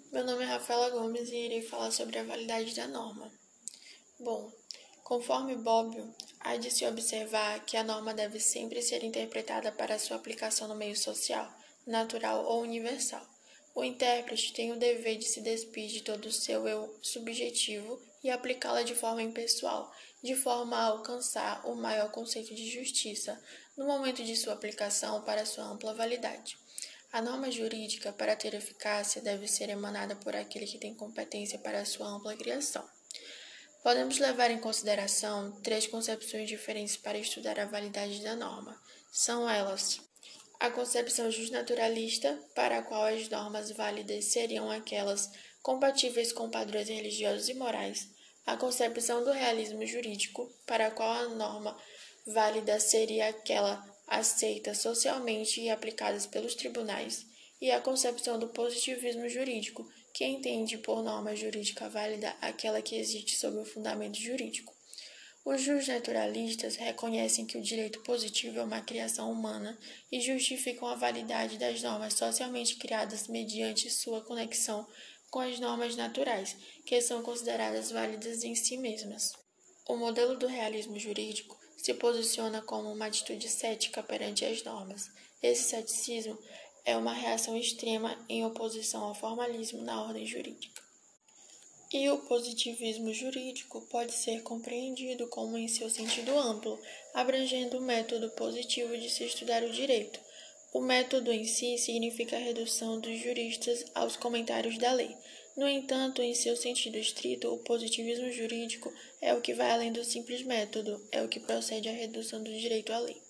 Meu nome é Rafaela Gomes e irei falar sobre a validade da norma. Bom, conforme Bobbio, há de se observar que a norma deve sempre ser interpretada para sua aplicação no meio social, natural ou universal. O intérprete tem o dever de se despir de todo o seu eu subjetivo e aplicá-la de forma impessoal, de forma a alcançar o maior conceito de justiça, no momento de sua aplicação para sua ampla validade. A norma jurídica, para ter eficácia, deve ser emanada por aquele que tem competência para sua ampla criação. Podemos levar em consideração três concepções diferentes para estudar a validade da norma. São elas: a concepção justnaturalista, para a qual as normas válidas seriam aquelas compatíveis com padrões religiosos e morais; a concepção do realismo jurídico, para a qual a norma válida seria aquela aceita socialmente e aplicada pelos tribunais; e a concepção do positivismo jurídico, que entende por norma jurídica válida aquela que existe sob o fundamento jurídico. Os justnaturalistas reconhecem que o direito positivo é uma criação humana e justificam a validade das normas socialmente criadas mediante sua conexão com as normas naturais, que são consideradas válidas em si mesmas. O modelo do realismo jurídico se posiciona como uma atitude cética perante as normas. Esse ceticismo é uma reação extrema em oposição ao formalismo na ordem jurídica. E o positivismo jurídico pode ser compreendido como em seu sentido amplo, abrangendo o método positivo de se estudar o direito. O método em si significa a redução dos juristas aos comentários da lei. No entanto, em seu sentido estrito, o positivismo jurídico é o que vai além do simples método, é o que procede à redução do direito à lei.